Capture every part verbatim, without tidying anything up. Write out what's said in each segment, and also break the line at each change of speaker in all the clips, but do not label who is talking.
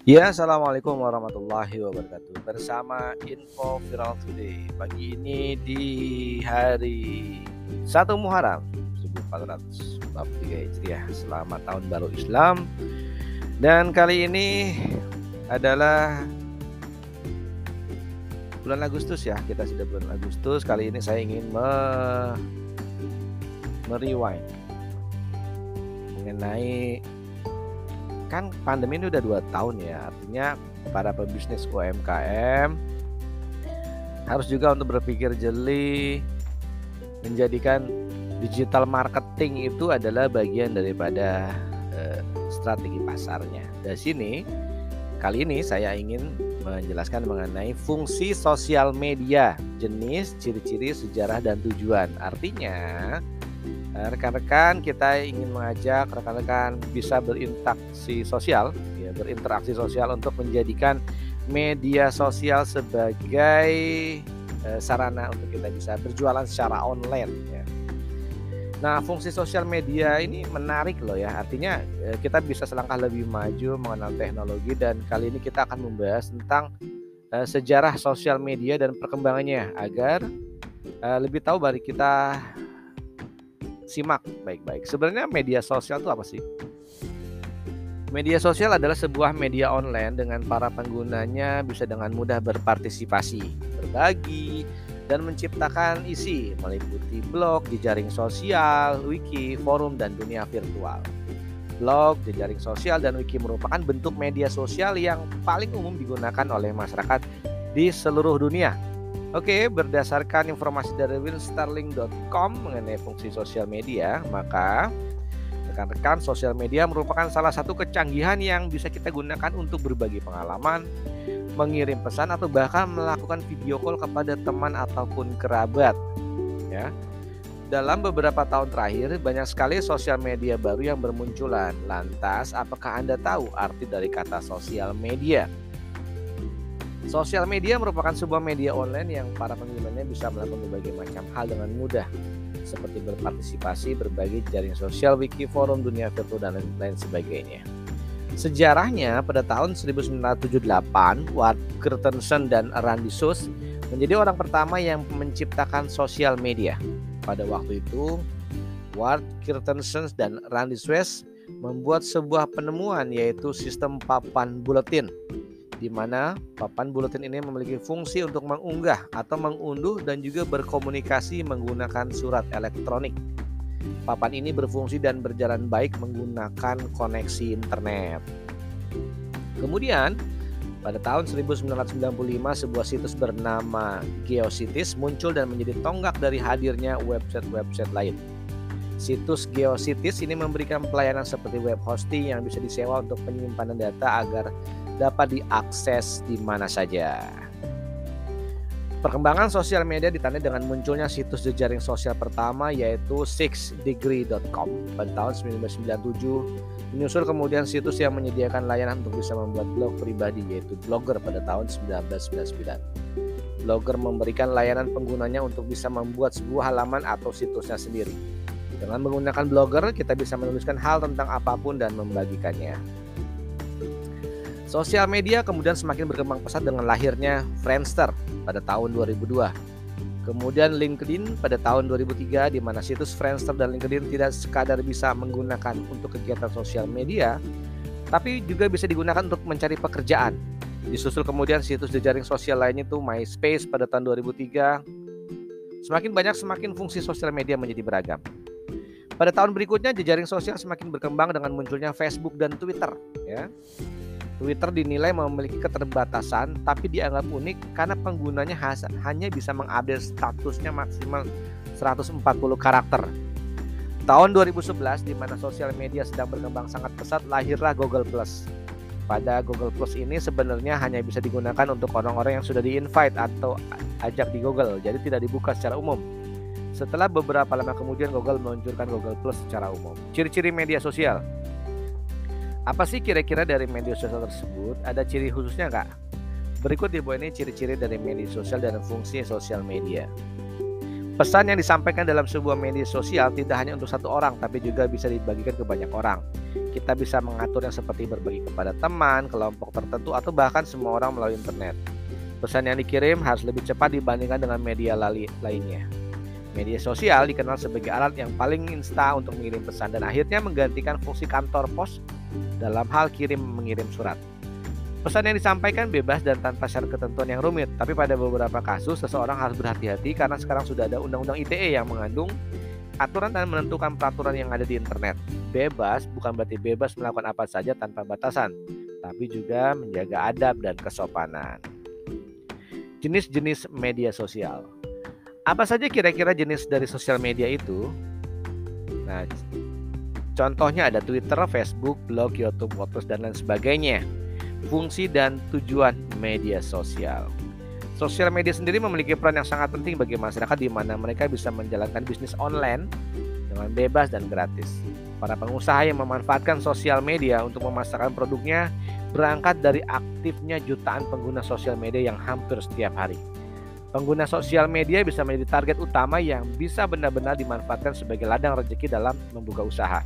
Ya, assalamualaikum warahmatullahi wabarakatuh. Bersama Info Viral Today. Pagi ini di hari satu Muharram seribu empat ratus empat puluh tiga Hijriah. Selamat tahun baru Islam. Dan kali ini adalah bulan Agustus ya. Kita sudah bulan Agustus. Kali ini saya ingin me merewind mengenai, kan pandemi ini udah dua tahun ya, artinya para pebisnis U M K M harus juga untuk berpikir jeli, menjadikan digital marketing itu adalah bagian daripada eh, strategi pasarnya. Dari sini, kali ini saya ingin menjelaskan mengenai fungsi sosial media, jenis, ciri-ciri, sejarah, dan tujuan. Artinya, rekan-rekan kita ingin mengajak rekan-rekan bisa berinteraksi sosial, ya, berinteraksi sosial untuk menjadikan media sosial sebagai eh, sarana untuk kita bisa berjualan secara online. Ya. Nah, fungsi sosial media ini menarik loh ya. Artinya eh, kita bisa selangkah lebih maju mengenal teknologi, dan kali ini kita akan membahas tentang eh, sejarah sosial media dan perkembangannya agar eh, lebih tahu bagi kita. Simak baik-baik. Sebenarnya media sosial itu apa sih? Media sosial adalah sebuah media online dengan para penggunanya bisa dengan mudah berpartisipasi, berbagi, dan menciptakan isi meliputi blog, jejaring sosial, wiki, forum, dan dunia virtual. Blog, jejaring sosial, dan wiki merupakan bentuk media sosial yang paling umum digunakan oleh masyarakat di seluruh dunia. Oke, berdasarkan informasi dari winsterling dot com mengenai fungsi sosial media, maka rekan-rekan, sosial media merupakan salah satu kecanggihan yang bisa kita gunakan untuk berbagi pengalaman, mengirim pesan, atau bahkan melakukan video call kepada teman ataupun kerabat. Ya. Dalam beberapa tahun terakhir, banyak sekali sosial media baru yang bermunculan. Lantas, apakah Anda tahu arti dari kata sosial media? Sosial media merupakan sebuah media online yang para penggunanya bisa melakukan berbagai macam hal dengan mudah, seperti berpartisipasi, berbagi, jaring sosial, wiki, forum, dunia virtual, dan lain sebagainya. Sejarahnya, pada tahun seribu sembilan ratus tujuh puluh delapan, Ward Christensen dan Randy Suss menjadi orang pertama yang menciptakan sosial media. Pada waktu itu, Ward Christensen dan Randy Suss membuat sebuah penemuan, yaitu sistem papan buletin, di mana papan buletin ini memiliki fungsi untuk mengunggah atau mengunduh dan juga berkomunikasi menggunakan surat elektronik. Papan ini berfungsi dan berjalan baik menggunakan koneksi internet. Kemudian, pada tahun seribu sembilan ratus sembilan puluh lima, sebuah situs bernama GeoCities muncul dan menjadi tonggak dari hadirnya website-website lain. Situs GeoCities ini memberikan pelayanan seperti web hosting yang bisa disewa untuk penyimpanan data agar dapat diakses di mana saja. Perkembangan sosial media ditandai dengan munculnya situs jejaring sosial pertama, yaitu six degree dot com pada tahun seribu sembilan ratus sembilan puluh tujuh. Menyusul kemudian situs yang menyediakan layanan untuk bisa membuat blog pribadi, yaitu Blogger pada tahun seribu sembilan ratus sembilan puluh sembilan. Blogger memberikan layanan penggunanya untuk bisa membuat sebuah halaman atau situsnya sendiri. Dengan menggunakan Blogger, kita bisa menuliskan hal tentang apapun dan membagikannya. Sosial media kemudian semakin berkembang pesat dengan lahirnya Friendster pada tahun dua ribu dua. Kemudian LinkedIn pada tahun dua ribu tiga, di mana situs Friendster dan LinkedIn tidak sekadar bisa menggunakan untuk kegiatan sosial media, tapi juga bisa digunakan untuk mencari pekerjaan. Disusul kemudian situs jejaring sosial lainnya itu MySpace pada tahun dua ribu tiga. Semakin banyak, semakin fungsi sosial media menjadi beragam. Pada tahun berikutnya, jejaring sosial semakin berkembang dengan munculnya Facebook dan Twitter. Ya. Twitter dinilai memiliki keterbatasan, tapi dianggap unik karena penggunanya hanya bisa mengupdate statusnya maksimal seratus empat puluh karakter. Tahun dua ribu sebelas, di mana sosial media sedang berkembang sangat pesat, lahirlah Google Plus. Pada Google Plus ini sebenarnya hanya bisa digunakan untuk orang-orang yang sudah di-invite atau ajak di Google, jadi tidak dibuka secara umum. Setelah beberapa lama kemudian, Google meluncurkan Google Plus secara umum. Ciri-ciri media sosial. Apa sih kira-kira dari media sosial tersebut? Ada ciri khususnya nggak? Berikut di bawah ini ciri-ciri dari media sosial dan fungsi sosial media. Pesan yang disampaikan dalam sebuah media sosial tidak hanya untuk satu orang, tapi juga bisa dibagikan ke banyak orang. Kita bisa mengaturnya seperti berbagi kepada teman, kelompok tertentu, atau bahkan semua orang melalui internet. Pesan yang dikirim harus lebih cepat dibandingkan dengan media lali lainnya. Media sosial dikenal sebagai alat yang paling instan untuk mengirim pesan dan akhirnya menggantikan fungsi kantor pos dalam hal kirim mengirim surat. Pesan yang disampaikan bebas dan tanpa syarat ketentuan yang rumit, tapi pada beberapa kasus seseorang harus berhati-hati karena sekarang sudah ada undang-undang I T E yang mengandung aturan dan menentukan peraturan yang ada di internet. Bebas bukan berarti bebas melakukan apa saja tanpa batasan, tapi juga menjaga adab dan kesopanan. Jenis-jenis media sosial. Apa saja kira-kira jenis dari sosial media itu? Nah, contohnya ada Twitter, Facebook, blog, YouTube, WordPress, dan lain sebagainya. Fungsi dan tujuan media sosial. Sosial media sendiri memiliki peran yang sangat penting bagi masyarakat di mana mereka bisa menjalankan bisnis online dengan bebas dan gratis. Para pengusaha yang memanfaatkan sosial media untuk memasarkan produknya berangkat dari aktifnya jutaan pengguna sosial media yang hampir setiap hari. Pengguna sosial media bisa menjadi target utama yang bisa benar-benar dimanfaatkan sebagai ladang rezeki dalam membuka usaha.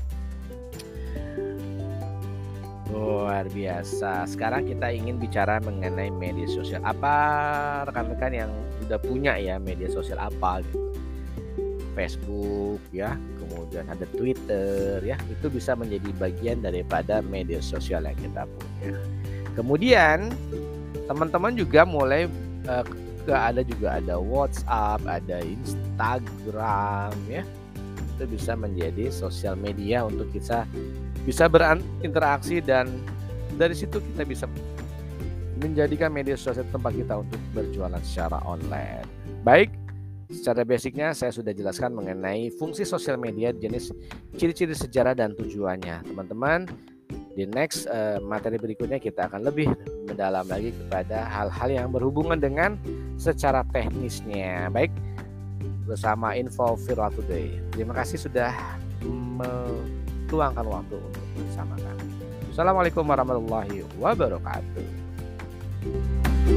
Luar biasa. Sekarang kita ingin bicara mengenai media sosial. Apa rekan-rekan yang sudah punya ya media sosial apa gitu? Facebook ya, kemudian ada Twitter ya, itu bisa menjadi bagian daripada media sosial yang kita punya. Kemudian teman-teman juga mulai uh, ada juga ada WhatsApp, ada Instagram ya. Itu bisa menjadi sosial media untuk kita bisa berinteraksi dan dari situ kita bisa menjadikan media sosial tempat kita untuk berjualan secara online. Baik, secara basicnya saya sudah jelaskan mengenai fungsi sosial media, jenis, ciri-ciri sejarah dan tujuannya. Teman-teman, di next uh, materi berikutnya kita akan lebih mendalam lagi kepada hal-hal yang berhubungan dengan secara teknisnya. Baik, bersama Info Viral Today. Terima kasih sudah meluangkan waktu untuk bersama kami. Assalamualaikum warahmatullahi wabarakatuh.